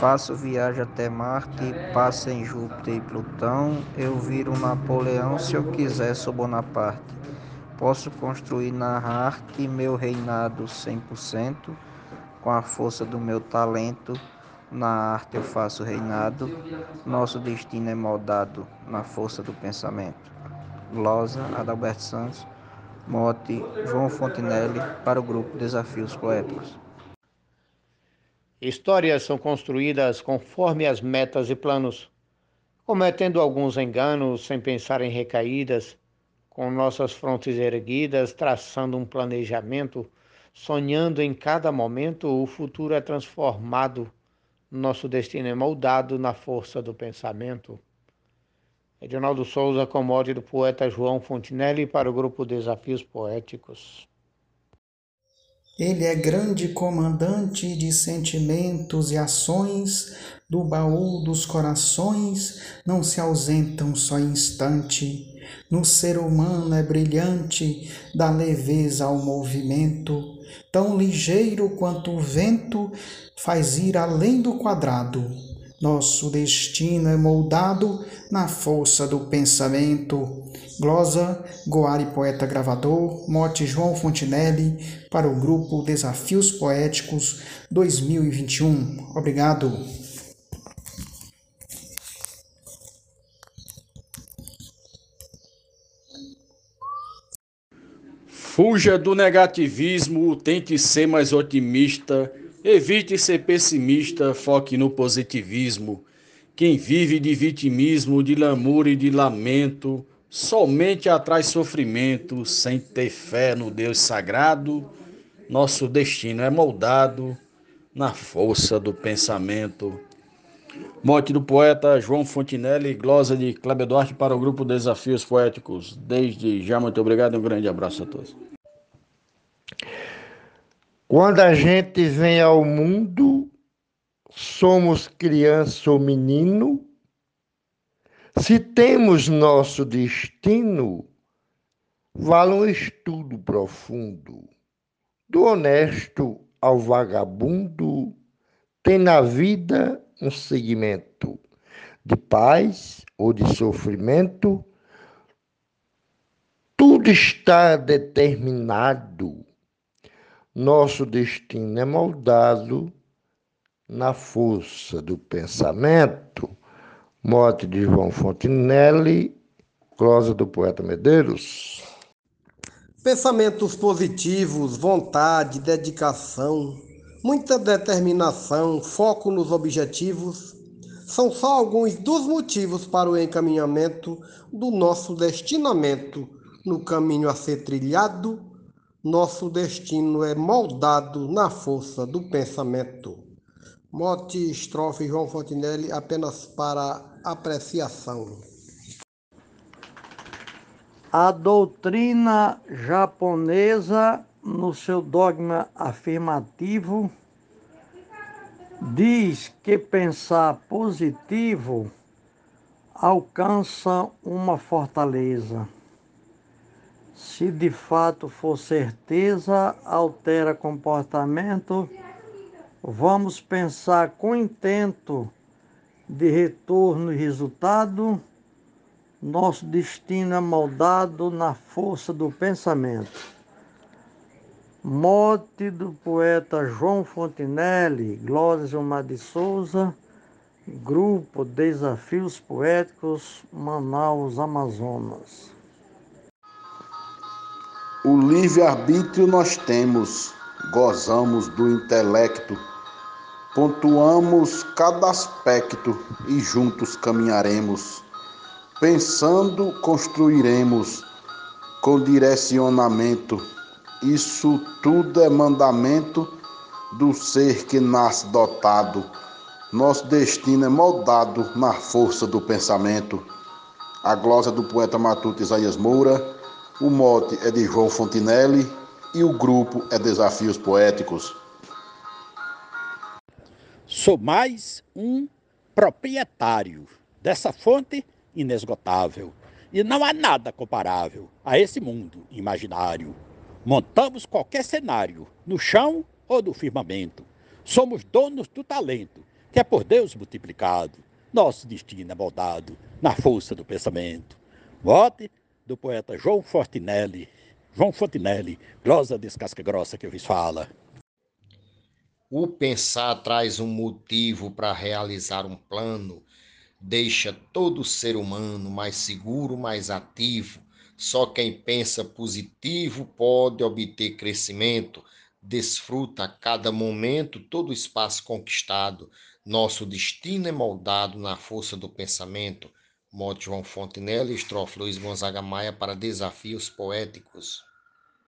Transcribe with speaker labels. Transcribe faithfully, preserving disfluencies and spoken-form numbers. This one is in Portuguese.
Speaker 1: Faço viagem até Marte, passo em Júpiter e Plutão. Eu viro Napoleão se eu quiser, sou Bonaparte. Posso construir na arte meu reinado cem por cento. Com a força do meu talento, na arte eu faço reinado. Nosso destino é moldado na força do pensamento. Glosa, Adalberto Santos. Mote, João Fontinelli, para o grupo Desafios Poéticos.
Speaker 2: Histórias são construídas conforme as metas e planos, cometendo alguns enganos sem pensar em recaídas, com nossas frontes erguidas, traçando um planejamento, sonhando em cada momento, o futuro é transformado, nosso destino é moldado na força do pensamento. Edinaldo Souza, com mote do poeta João Fontinelli, para o grupo Desafios Poéticos.
Speaker 3: Ele é grande comandante de sentimentos e ações, do baú dos corações não se ausentam só instante. No ser humano é brilhante, da leveza ao movimento, tão ligeiro quanto o vento, faz ir além do quadrado. Nosso destino é moldado na força do pensamento. Glosa, Goari Poeta Gravador, mote João Fontinelli, para o grupo Desafios Poéticos dois mil e vinte e um. Obrigado.
Speaker 4: Fuja do negativismo, tente ser mais otimista, evite ser pessimista, foque no positivismo. Quem vive de vitimismo, de lamúria e de lamento, somente atrai sofrimento, sem ter fé no Deus sagrado. Nosso destino é moldado na força do pensamento. Mote do poeta João Fontinelli, glosa de Cléber Duarte para o grupo Desafios Poéticos. Desde já, muito obrigado e um grande abraço a todos.
Speaker 5: Quando a gente vem ao mundo, somos criança ou menino. Se temos nosso destino, vale um estudo profundo. Do honesto ao vagabundo, tem na vida um segmento de paz ou de sofrimento. Tudo está determinado. Nosso destino é moldado na força do pensamento. Mote de João Fontinelli, glosa do poeta Medeiros.
Speaker 6: Pensamentos positivos, vontade, dedicação, muita determinação, foco nos objetivos, são só alguns dos motivos para o encaminhamento do nosso destinamento no caminho a ser trilhado. Nosso destino é moldado na força do pensamento. Mote, estrofe, João Fontinelli, apenas para apreciação.
Speaker 7: A doutrina japonesa, no seu dogma afirmativo, diz que pensar positivo alcança uma fortaleza. Se de fato for certeza, altera comportamento, vamos pensar com intento de retorno e resultado. Nosso destino é moldado na força do pensamento. Mote do poeta João Fontinelli, Glória Gilmar de Souza, grupo Desafios Poéticos, Manaus, Amazonas.
Speaker 8: O livre-arbítrio nós temos, gozamos do intelecto, pontuamos cada aspecto e juntos caminharemos. Pensando, construiremos com direcionamento. Isso tudo é mandamento do ser que nasce dotado. Nosso destino é moldado na força do pensamento. A glosa do poeta matuto Isaías Moura, o mote é de João Fontinelli e o grupo é Desafios Poéticos.
Speaker 9: Sou mais um proprietário dessa fonte inesgotável, e não há nada comparável a esse mundo imaginário. Montamos qualquer cenário, no chão ou no firmamento. Somos donos do talento que é por Deus multiplicado. Nosso destino é moldado na força do pensamento. Vote do poeta João Fontinelli. João Fontinelli, glosa desse casca grossa que eu vos fala.
Speaker 5: O pensar traz um motivo para realizar um plano, deixa todo ser humano mais seguro, mais ativo. Só quem pensa positivo pode obter crescimento, desfruta a cada momento todo o espaço conquistado. Nosso destino é moldado na força do pensamento. Mote João Fontinelli, estrofe Luiz Gonzaga Maia para Desafios Poéticos.